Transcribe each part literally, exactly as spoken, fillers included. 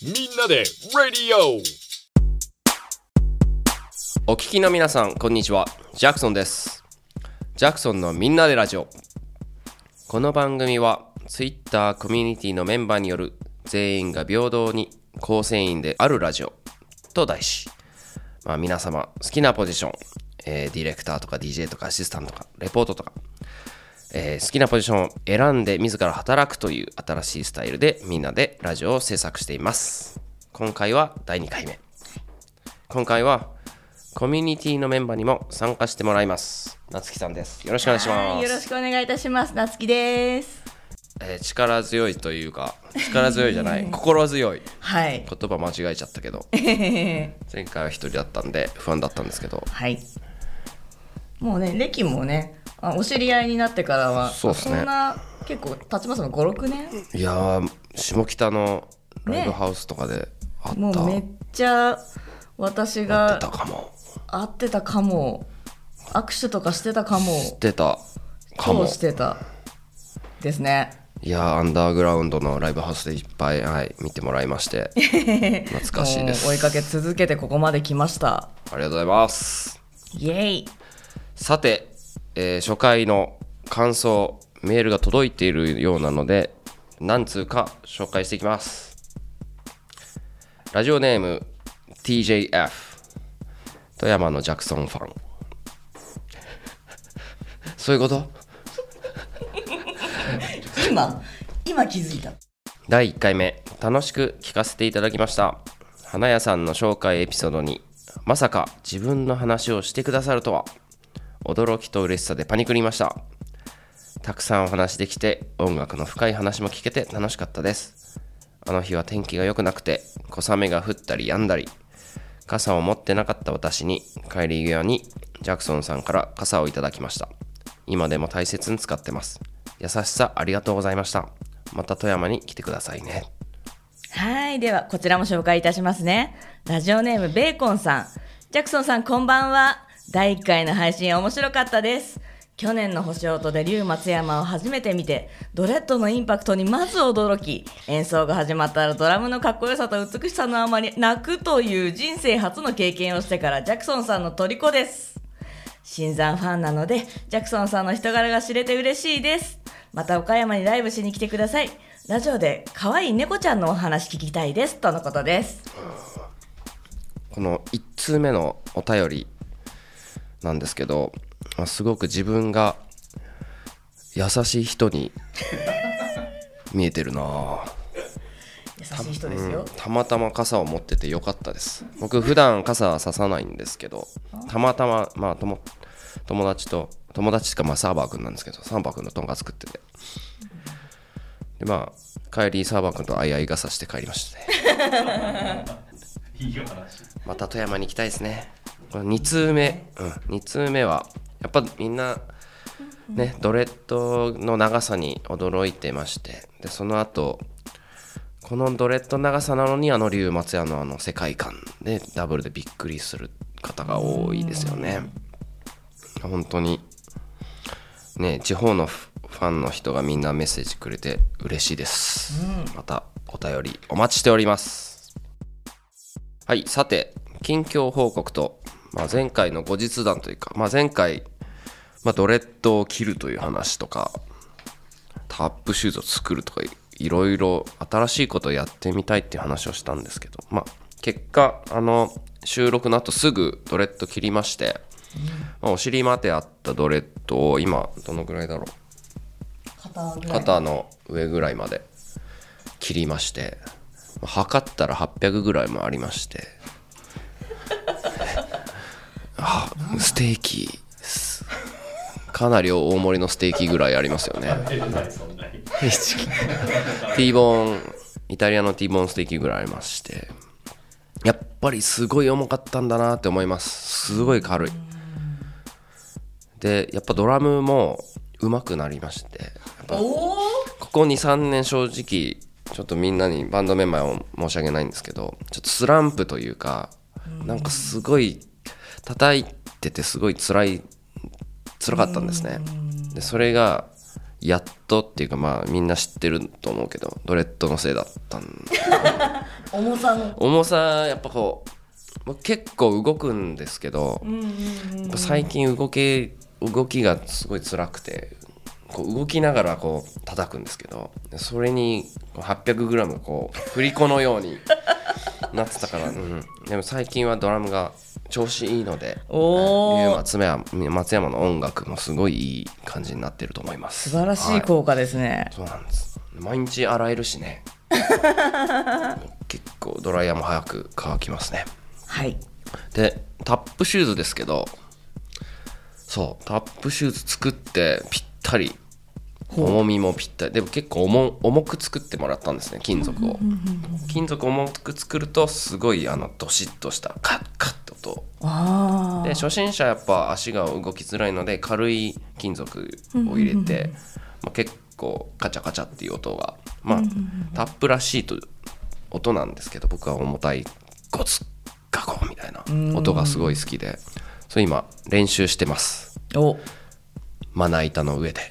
みんなでラディオ。 お聞きの皆さんこんにちは、ジャクソンです。ジャクソンのみんなでラジオ。この番組は Twitter コミュニティのメンバーによる全員が平等に構成員であるラジオと題し、まあ、皆様好きなポジション、えー、ディレクターとか ディージェー とかアシスタントとかレポートとか、えー、好きなポジションを選んで自ら働くという新しいスタイルでみんなでラジオを制作しています。今回はだいにかいめ。今回はコミュニティのメンバーにも参加してもらいます。なつきさんです。よろしくお願いします。 よろしくお願いいたします。なつきです。 えー、力強いというか力強いじゃない心強い、 はい、 言葉間違えちゃったけど前回は一人だったんで不安だったんですけど、 はい、もうね歴もねあお知り合いになってからはそうですね、 そんな結構経ちますもん。ごろくねん。 いやー下北のライブハウスとかで会った、ね、 もうめっちゃ私が会ってたかも会ってたかも握手とかしてたかもしてたかもしてたですね。 いやアンダーグラウンドのライブハウスでいっぱい、はい、見てもらいまして懐かしいです。 追いかけ続けてここまで来ました。 ありがとうございます。 イエイ。 さて、えー、初回の感想メールが届いているようなので何通か紹介していきます。ラジオネーム ティージェーエフ 富山のジャクソンファンそういうこと今今気づいた。 だいいっかいめ楽しく聞かせていただきました。花屋さんの紹介エピソードにまさか自分の話をしてくださるとは驚きと嬉しさでパニクりました。たくさんお話できて音楽の深い話も聞けて楽しかったです。あの日は天気が良くなくて小雨が降ったり止んだり、傘を持ってなかった私に帰り際にジャクソンさんから傘をいただきました。今でも大切に使ってます。優しさありがとうございました。また富山に来てくださいね。 はい、ではこちらも紹介いたしますね。ラジオネームベーコンさん。ジャクソンさんこんばんは。だいいっかいの配信面白かったです。去年の星音で竜松山を初めて見てドレッドのインパクトにまず驚き、演奏が始まったらドラムのかっこよさと美しさのあまり泣くという人生初の経験をしてからジャクソンさんの虜です。新参ファンなのでジャクソンさんの人柄が知れて嬉しいです。また岡山にライブしに来てください。ラジオで可愛い猫ちゃんのお話聞きたいですとのことです。 このいち通目のお便りなんですけど、すごく自分が優しい人に見えてるな。 優しい人ですよ。 た、うん、たまたま傘を持っててよかったです。僕普段傘ささないんですけど、たまたま、まあ、友, 友達と友達とかまあサーバー君なんですけど、サーバー君のとんかつ食ってて、でまあ帰りサーバー君と相合い傘して帰りましたねいい話。また富山に行きたいですね。これに通目、うん、に通目はやっぱみんなねドレッドの長さに驚いてまして、でその後このドレッド長さなのにあの竜松屋のあの世界観でダブルでびっくりする方が多いですよね。本当にね、地方のファンの人がみんなメッセージくれて嬉しいです、うん、またお便りお待ちしております。はい、さて近況報告と、まあ、前回の後日談というか、まあ、前回、まあ、ドレッドを切るという話とかタップシューズを作るとかいろいろ新しいことをやってみたいっていう話をしたんですけど、まあ、結果あの収録の後すぐドレッド切りまして、まあ、お尻まであったドレッドを今どのぐらいだろう、 肩, ぐらい肩の上ぐらいまで切りまして、測ったらはっぴゃくぐらいもありましてあステーキかなり大盛りのステーキぐらいありますよねティーボーンイタリアのティーボーンステーキぐらいありまして、やっぱりすごい重かったんだなって思います。すごい軽いで、やっぱドラムも上手くなりまして、やっぱここ に,さん 年正直ちょっとみんなにバンドメンバーを申し訳ないんですけど、ちょっとスランプというか、なんかすごい叩いててすごい辛い辛かったんですね。でそれがやっとっていうか、まあみんな知ってると思うけどドレッドのせいだったん重さの重さやっぱこう結構動くんですけど、 うんうんうん、 最近動け動きがすごい辛くてこう動きながらこう叩くんですけど、それに はっぴゃくグラム こう振り子のようになってたから、うん、でも最近はドラムが調子いいので、 お松山、松山の音楽もすごいいい感じになってると思います。 素晴らしい効果ですね、 はい、そうなんです。毎日洗えるしね結構ドライヤーも早く乾きますね。 はい。 でタップシューズですけど、そうタップシューズ作ってぴったり、重みもぴったりでも結構 重, 重く作ってもらったんですね、金属を。金属を重く作るとすごいあのドシッとしたカッカッと音。あで初心者やっぱ足が動きづらいので軽い金属を入れて、まあ、結構カチャカチャっていう音が、まあ、タップらしいと音なんですけど、僕は重たいゴツガコみたいな音がすごい好きで、それ今練習してます。 おまな板の上で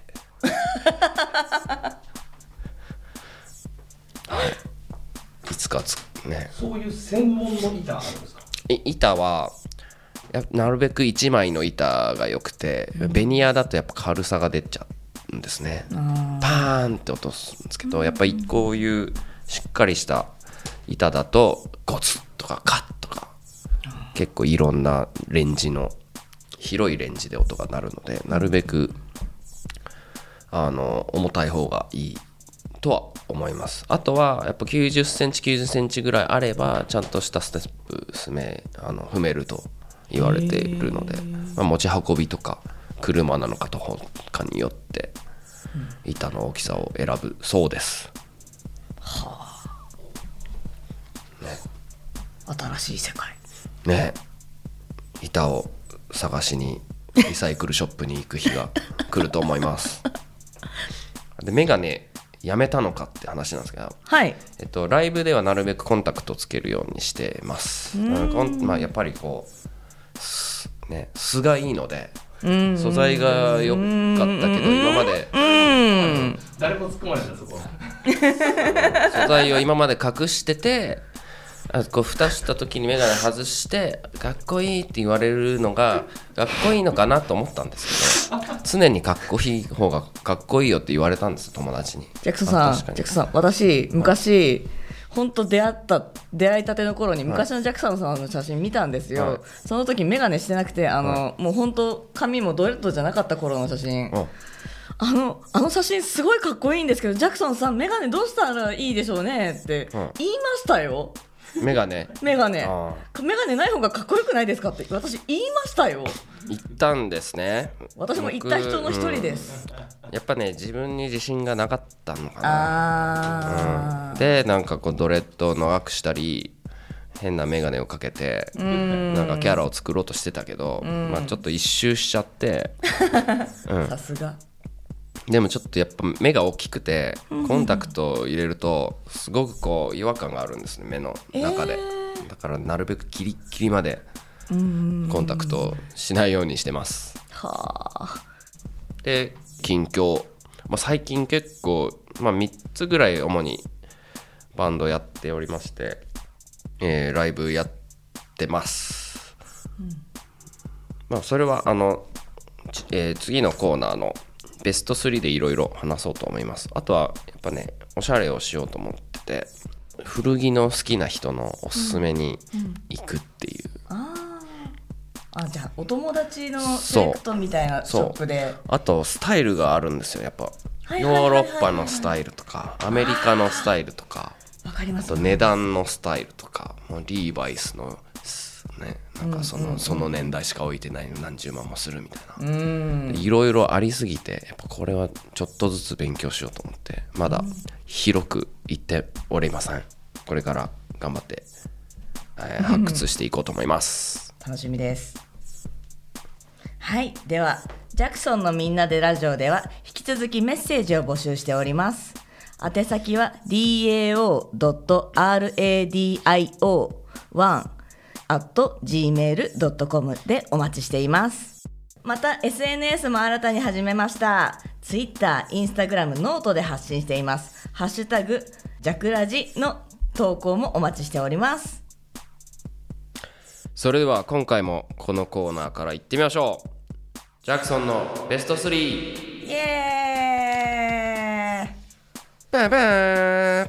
はい、いつかつね。 そういう専門の板あるんですか？ 板はなるべくいちまいの板が良くて、うん、ベニヤだとやっぱ軽さが出ちゃうんですね。パーンって落とすんですけど、やっぱりこういうしっかりした板だとゴツッとかカッとか結構いろんなレンジの広いレンジで音が鳴るので、なるべくあの重たい方がいいとは思います。あとはやっぱきゅうじゅっセンチきゅうじゅっセンチぐらいあればちゃんとしたステップ踏めあの踏めると言われているので、まあ、持ち運びとか車なのか徒歩かによって板の大きさを選ぶそうです。はあ、ね、新しい世界ね。板を探しにリサイクルショップに行く日が来ると思いますでメガネやめたのかって話なんですけど、 はい、 えっと、ライブではなるべくコンタクトつけるようにしてます。まあ、やっぱりこう、ね、素がいいので素材が良かったけど今まで誰も突っ込まれたそこ素材を今まで隠してて、あこう蓋した時にメガネ外してかっこいいって言われるのがかっこいいのかなと思ったんですけど常にかっこいい方がかっこいいよって言われたんです、友達に。 ジャクソンさん、ジャクソンさん、私昔本当出会った出会いたての頃に昔のジャクソンさんの写真見たんですよ、はい、その時メガネしてなくてあの、はい、もう本当髪もドレッドじゃなかった頃の写真、うん、あのあの写真すごいかっこいいんですけどジャクソンさんメガネどうしたらいいでしょうねって言いましたよ、 うん、メガネメガネメガネない方がかっこよくないですかって私言いましたよ。 言ったんですね。 私も言った人の一人です、 うん、やっぱね自分に自信がなかったのかな。あ、うん、でなんかこうドレッドを長くしたり変なメガネをかけてなんかキャラを作ろうとしてたけど、まあ、ちょっと一周しちゃってさすが。 でもちょっとやっぱ目が大きくてコンタクトを入れるとすごくこう違和感があるんですね、目の中で、えー、だからなるべくキリッキリまでコンタクトをしないようにしてます。はあ。で近況、まあ、最近結構、まあ、みっつぐらい主にバンドやっておりまして、えー、ライブやってます、うん、まあそれはあの、えー、次のコーナーのベストスリーでいろいろ話そうと思います。あとはやっぱねおしゃれをしようと思ってて古着の好きな人のおすすめに行くっていう、うんうん、ああじゃあお友達のセレクトみたいなショップで。 あとスタイルがあるんですよやっぱ、ヨーロッパのスタイルとかアメリカのスタイルとか、 わかります。 あと値段のスタイルとかもうリーバイスのね、なんかその、うんうんうん、その年代しか置いてないの何十万もするみたいな、うん、いろいろありすぎてやっぱこれはちょっとずつ勉強しようと思ってまだ広く言っておりません。これから頑張って、えー、発掘していこうと思います楽しみです。はい、ではジャクソンのみんなでラジオでは引き続きメッセージを募集しております。宛先は ダオ ドット ラディオ ワン アット ジーメール ドットコム でお待ちしています。また エスエヌエス も新たに始めました。 Twitter、Instagram、ノートで発信しています。ハッシュタグジャクラジの投稿もお待ちしております。 それでは今回もこのコーナーから行ってみましょう。ジャクソンのベストスリー。 イエーイ。 バンバン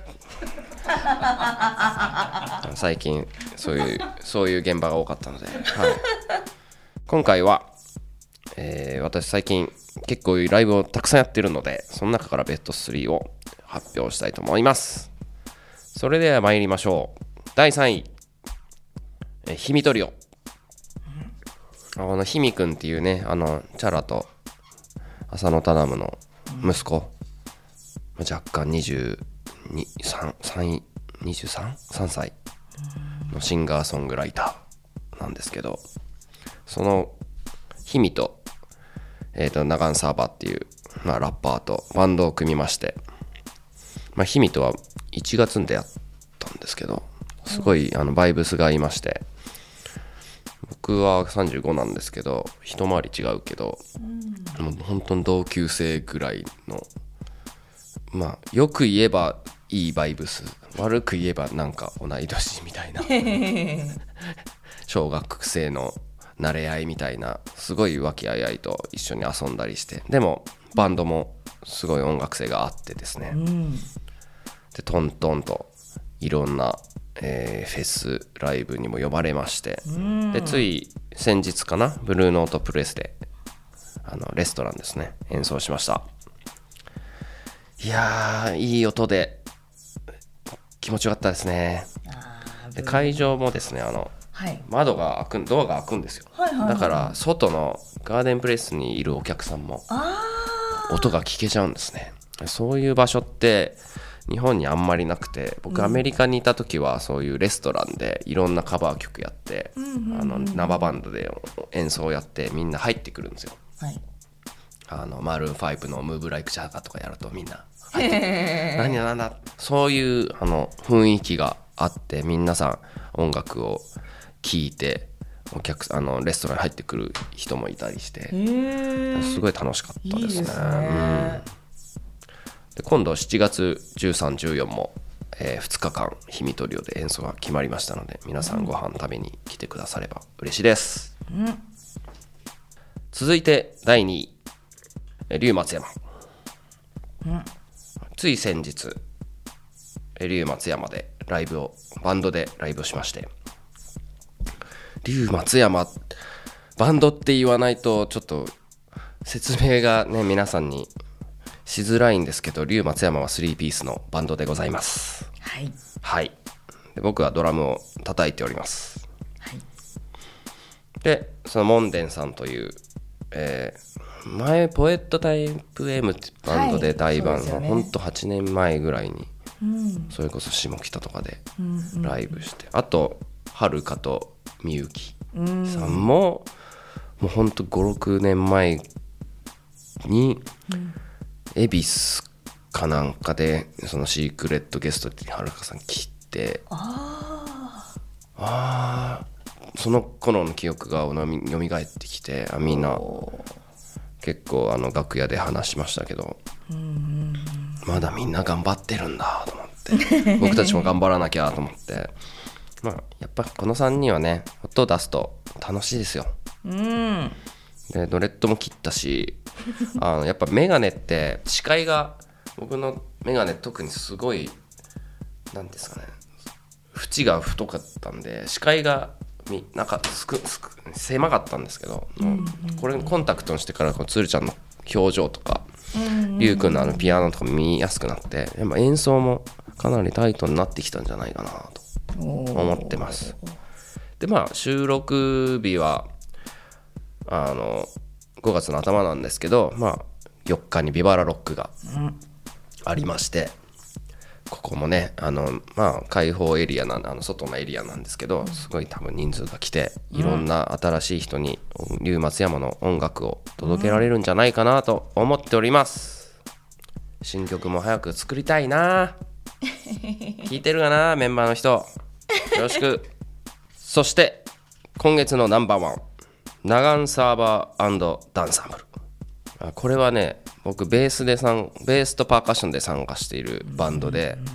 最近そういうそういう現場が多かったので、はい、今回は、えー、私最近結構ライブをたくさんやってるので、その中からベストスリーを発表したいと思います。それでは参りましょう。だいさんい、えひみトリオ。あのひみくんっていうね、あのチャラと浅野忠信の息子、若干にじゅうに、さん、さん、にじゅうさん、さんさいのシンガーソングライターなんですけど、そのひみと、えーと、ナガンサーバーっていう、まあ、ラッパーとバンドを組みまして、まあ、ひみとはいちがつに出会ったんですけど、すごいあのバイブスがいまして、僕はさんじゅうごなんですけど、一回り違うけど、もう本当に同級生ぐらいの、まあよく言えばいいバイブス、悪く言えばなんか同い年みたいな小学生の慣れ合いみたいな、すごい和気あいあいと一緒に遊んだりして、でもバンドもすごい音楽性があってですね、でトントンといろんな、えー、フェスライブにも呼ばれまして、でつい先日かな、ブルーノートプレスであのレストランですね、演奏しました。いやー、いい音で気持ちよかったですね。で会場もですね、あの、はい、窓が開く、ドアが開くんですよ、はいはいはい、だから外のガーデンプレイスにいるお客さんも音が聞けちゃうんですね。そういう場所って日本にあんまりなくて、僕アメリカにいた時はそういうレストランでいろんなカバー曲やって、うんうんうん、あの生バンドで演奏をやってみんな入ってくるんですよ、はい、あのマルーンファイブのムーブライクシャーガーとかやるとみんな入ってくる何だなんだ、そういうあの雰囲気があって、皆さん音楽を聴いてお客あのレストランに入ってくる人もいたりして、すごい楽しかったですね。いいですね、うんで今度しちがつじゅうさん、じゅうよんも、えー、ふつかかんひみトリオで演奏が決まりましたので、皆さんご飯食べに来てくだされば嬉しいです、うん、続いてだいにい、龍松山、うん、つい先日龍松山でライブをバンドでライブをしまして、龍松山バンドって言わないとちょっと説明がね皆さんにしづらいんですけど、龍松山はスリーピースのバンドでございます。はい、はい、で僕はドラムを叩いております、はい、でそのモンデンさんという、えー、前ポエットタイプ M ってバンドで大バンド、はいね、ほんとはちねんまえぐらいに、うん、それこそ下北とかでライブして、うんうん、あとはるかとみゆきさんも、うん、もうほんとご、ろくねんまえに、うん恵比寿かなんかでそのシークレットゲストってはるかさん来て、ああその頃の記憶が蘇ってきて、あみんな結構あの楽屋で話しましたけど、うんうんまだみんな頑張ってるんだと思って僕たちも頑張らなきゃと思ってまあやっぱこのさんにんはね音を出すと楽しいですよ、うんでドレッドも切ったしあのやっぱメガネって視界が、僕のメガネ特にすごいなんですかね、縁が太かったんで視界がみなんかすくすく狭かったんですけど、うんうんうん、これコンタクトにしてからこのつるちゃんの表情とか、うんうん、りゅうくんのあのピアノとか見やすくなって、やっぱ演奏もかなりタイトになってきたんじゃないかなと思ってます。でまあ収録日はあのごがつの頭なんですけど、まあ、よっかにビバラロックがありまして、ここもねあの、まあ、開放エリアなんあの外のエリアなんですけど、すごい多分人数が来ていろんな新しい人に龍松山の音楽を届けられるんじゃないかなと思っております。新曲も早く作りたいな聞いてるかなメンバーの人、よろしくそして今月のナンバーワン、ナガンサーバー&ダンサンブル。これはね僕ベースでさんベースとパーカッションで参加しているバンドで、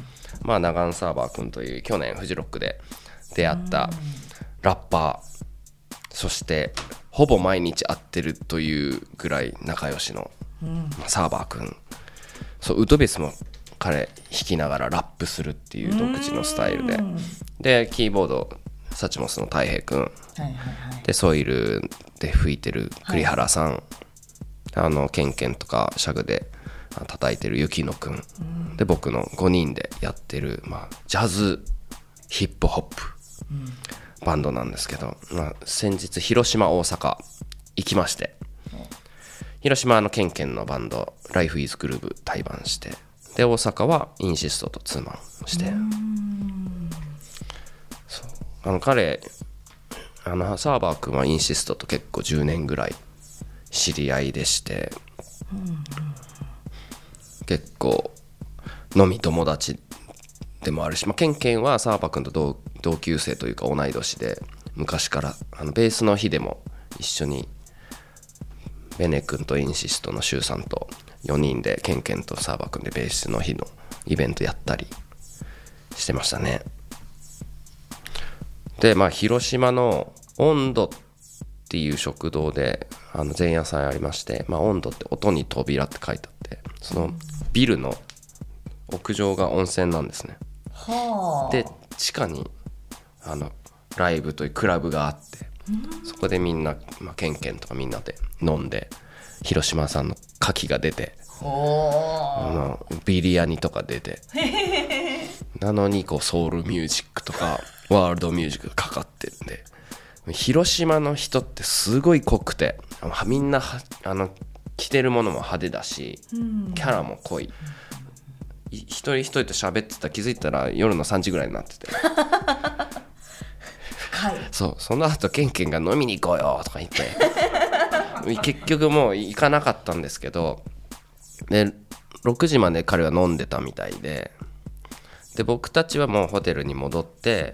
まあナガンサーバー君という去年フジロックで出会ったラッパー、そしてほぼ毎日会ってるというぐらい仲良しの、まあ、サーバー君、そうウッドベースも彼弾きながらラップするっていう独自のスタイルで、でキーボードサチモスの太平君、はいはいはい、でソイルで吹いてる栗原さん、はい、あのケンケンとかシャグで叩いてる雪野くん、で僕のごにんでやってる、まあ、ジャズヒップホップ、うん、バンドなんですけど、まあ、先日広島大阪行きまして、広島のケンケンのバンドライフイズグルーブ対バンして、で大阪はインシストとツーマンして、そうあの彼あのサーバー君はインシストと結構じゅうねんぐらい知り合いでして、結構飲み友達でもあるし、まあ、ケンケンはサーバー君と 同, 同級生というか同い年で、昔からあのベースの日でも一緒にベネ君とインシストのシュウさんとよにんでケンケンとサーバー君でベースの日のイベントやったりしてましたね。でまあ広島の温度っていう食堂であの前夜祭ありまして、まあ、温度って音に扉って書いてあって、そのビルの屋上が温泉なんですね。はあ、で地下にあのライブというクラブがあって、そこでみんな、まあ、ケンケンとかみんなで飲んで、広島産の牡蠣が出て、あのビリヤニとか出てなのにこうソウルミュージックとかワールドミュージックがかかってるんで、広島の人ってすごい濃くて、みんなあの着てるものも派手だし、キャラも濃い、一人一人と喋ってたら気づいたら夜のさんじぐらいになってて深い。 そう、その後ケンケンが飲みに行こうよとか言って結局もう行かなかったんですけど、でろくじまで彼は飲んでたみたいで、で僕たちはもうホテルに戻って、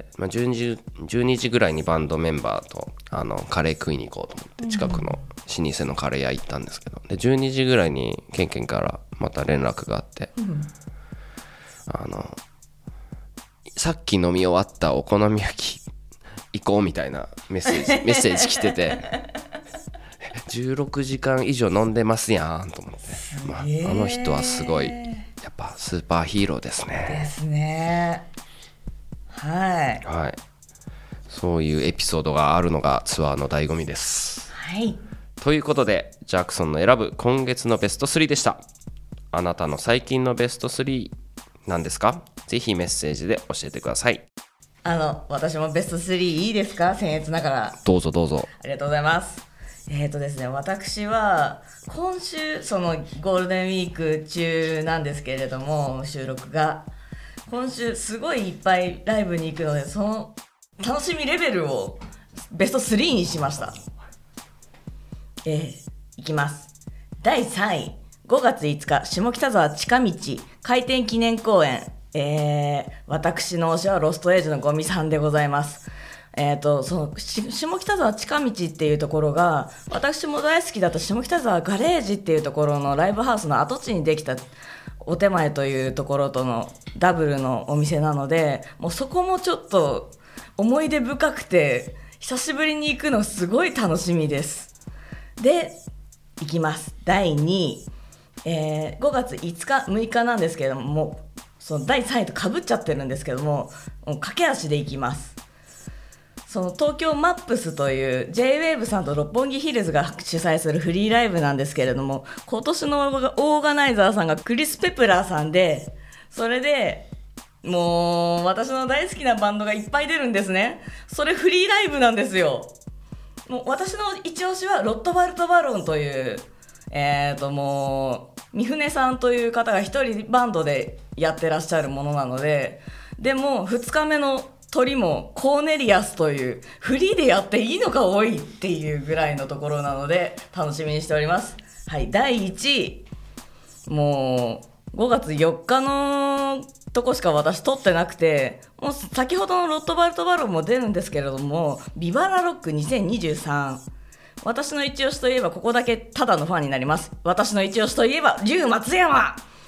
まあ、じゅうにじ、じゅうにじぐらいにバンドメンバーとあのカレー食いに行こうと思って近くの老舗のカレー屋行ったんですけど、でじゅうにじぐらいにケンケンからまた連絡があって、うん、あのさっき飲み終わったお好み焼き行こうみたいなメッセージメッセージ来ててじゅうろくじかん以上飲んでますやんと思って、まあ、あの人はすごいやっぱスーパーヒーローですね。 ですね。はい、 はい、そういうエピソードがあるのがツアーの醍醐味です。 はい。 ということでジャクソンの選ぶ今月のベストスリーでした。あなたの最近のベストスリー何ですか？ぜひメッセージで教えてください。 あの私もベストスリーいいですか？僭越ながら。 どうぞどうぞ。 ありがとうございます。えーとですね、私は今週そのゴールデンウィーク中なんですけれども、収録が今週すごいいっぱいライブに行くので、その楽しみレベルをベストスリーにしました。えー、いきます。だいさんい、ごがついつか下北沢近道開店記念公演、えー、私の推しはロストエイジのゴミさんでございます。えーと、その下北沢近道っていうところが私も大好きだった下北沢ガレージっていうところのライブハウスの跡地にできたお手前というところとのダブルのお店なので、もうそこもちょっと思い出深くて久しぶりに行くのすごい楽しみです。で、行きます。だいにい、えー、ごがついつかむいかなんですけれども、もうそのだいさんいと被っちゃってるんですけども、もう駆け足で行きます。その東京マップスという ジェイウェーブ さんと六本木ヒルズが主催するフリーライブなんですけれども、今年のオーガナイザーさんがクリス・ペプラーさんで、それでもう私の大好きなバンドがいっぱい出るんですね。それフリーライブなんですよ。もう私の一押しはロットバルト・バロンというえーともう三船さんという方が一人バンドでやってらっしゃるものなので、でもふつかめの鳥もコーネリアスというフリーでやっていいのか多いっていうぐらいのところなので楽しみにしております。はい、だいいちい、もうごがつよっかのとこしか私撮ってなくて、もう先ほどのロットバルトバロンも出るんですけれども、ビバラロックにせんにじゅうさん、私の一押しといえばここだけただのファンになります。私の一押しといえば龍松山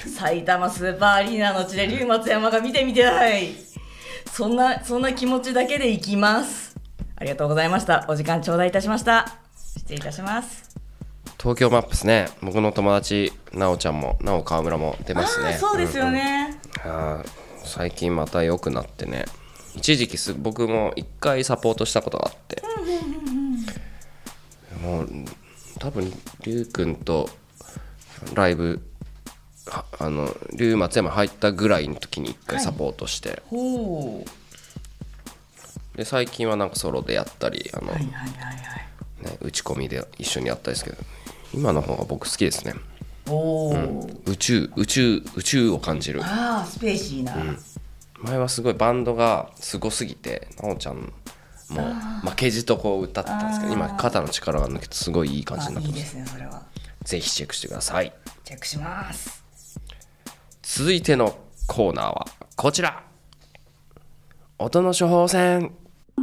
埼玉スーパーアリーナの地で龍松山が見てみたい。そんなそんな気持ちだけで行きます。ありがとうございました。お時間頂戴いたしました。失礼いたします。 東京マップスね、僕の友達なおちゃんもなお川村も出ますね。 あ、そうですよね、 うんうん、あ最近また良くなってね、一時期す僕も一回サポートしたことがあって、もう多分龍くんとライブあの龍松山入ったぐらいの時に一回サポートして、はい、 ほうで最近はなんかソロでやったりあの、 はいはいはいはいね、打ち込みで一緒にやったりですけど、今の方が僕好きですね。 お、うん、 宇宙宇宙宇宙を感じる。 ああスペーシーな、うん、 前はすごいバンドがすごすぎてなおちゃんもう負けじとこう歌ってたんですけど、今肩の力が抜けてすごいいい感じになってます。いいですね、それは。ぜひチェックしてください。 チェックします。 続いてのコーナーはこちら、音の処方箋。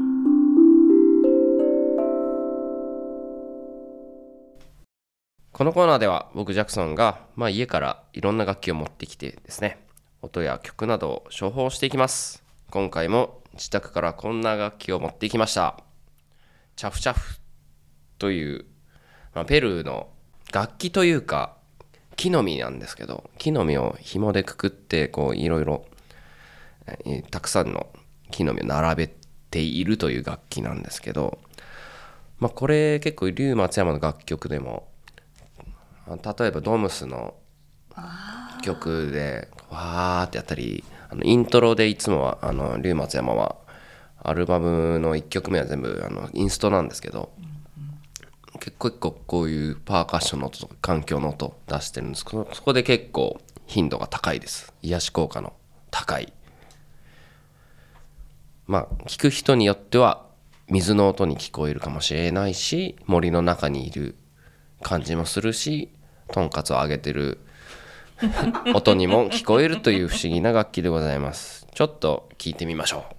このコーナーでは僕ジャクソンが、まあ、家からいろんな楽器を持ってきてですね、音や曲などを処方していきます。今回も自宅からこんな楽器を持ってきました。チャフチャフという、まあ、ペルーの楽器というか木の実なんですけど、木の実を紐でくくってこういろいろたくさんの木の実を並べているという楽器なんですけど、まあ、これ結構龍松山の楽曲でも、例えばドムスの曲でわーってやったり、あのイントロでいつもはあの龍松山はアルバムのいっきょくめは全部あのインストなんですけど、結構結構こういうパーカッションの音とか環境の音出してるんですけど、そこで結構頻度が高いです。癒し効果の高い、まあ聞く人によっては水の音に聞こえるかもしれないし、森の中にいる感じもするし、とんかつを揚げてる音にも聞こえるという不思議な楽器でございます。ちょっと聞いてみましょう。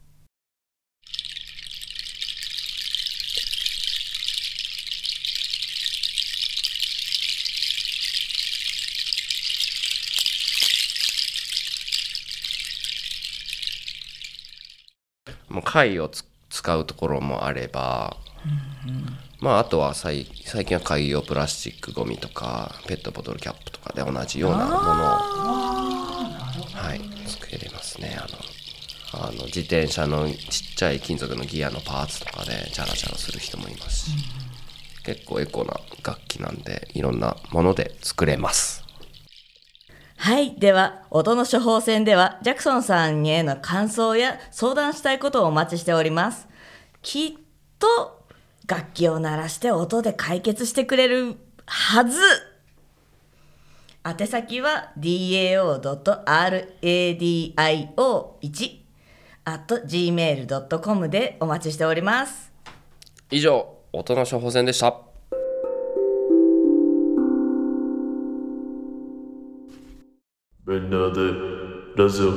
もう貝を使うところもあれば、うんうん、まああとは最近は海洋プラスチックゴミとかペットボトルキャップとかで同じようなものを、はい、作れますね。あのあの自転車のちっちゃい金属のギアのパーツとかでチャラチャラする人もいますし、うん、結構エコな楽器なんでいろんなもので作れます。 はい。では、音の処方箋では、ジャクソンさんへの感想や相談したいことをお待ちしております。きっと、楽器を鳴らして音で解決してくれるはず。宛先は ダオ ラディオ いち アット ジーメール ドットコム でお待ちしております。 以上、音の処方箋でした。 みんなでラジオ。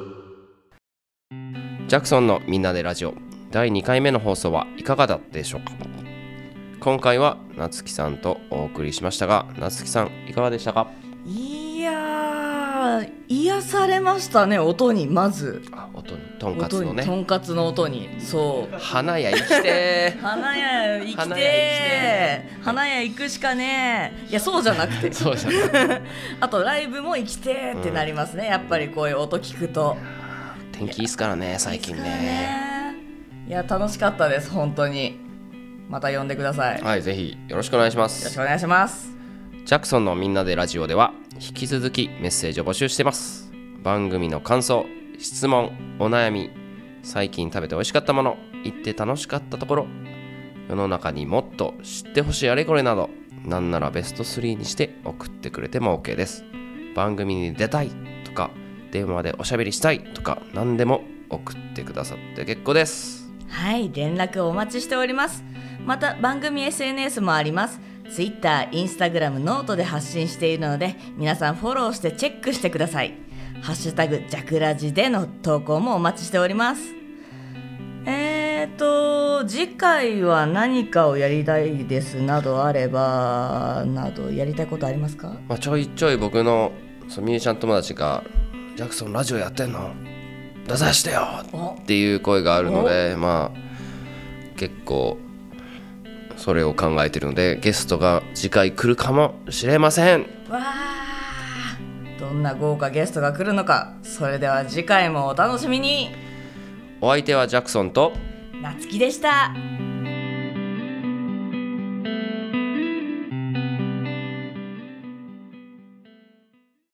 ジャクソンのみんなでラジオだいにかいめの放送はいかがだったでしょうか。今回は夏木さんとお送りしましたが、夏木さんいかがでしたか。 いやー、癒されましたね。音にまずあ音にとんかつのね、 とんかつの音に。そう花屋行きてー花屋行きてー花屋行くしかねー。いやそうじゃなくてそうじゃなくてあとライブも行きてーってなりますね、うん、やっぱりこういう音聞くと。 天気いいっすからね最近 ね, ねいや楽しかったです本当に。また呼んでください。 はい、ぜひよろしくお願いします。 よろしくお願いします。 ジャクソンのみんなでラジオでは引き続きメッセージを募集しています。番組の感想、質問、お悩み、最近食べて美味しかったもの、行って楽しかったところ、世の中にもっと知ってほしいあれこれなど、なんならベストスリーにして送ってくれても OK です。番組に出たいとか電話でおしゃべりしたいとか何でも送ってくださって結構です。 はい、連絡お待ちしております。また番組 エスエヌエス もあります。 Twitter、Instagram、ノートで発信しているので皆さんフォローしてチェックしてください。ハッシュタグジャクラジでの投稿もお待ちしております。えーと次回は何かをやりたいですなどあればなどやりたいことありますか。 まあ、ちょいちょい僕のそうミュージシャン友達がジャクソンラジオやってんの出さしてよっていう声があるので、まあ結構それを考えてるのでゲストが次回来るかもしれません。 わあ、どんな豪華ゲストが来るのか、それでは次回もお楽しみに。 お相手はジャクソンとなつきでした。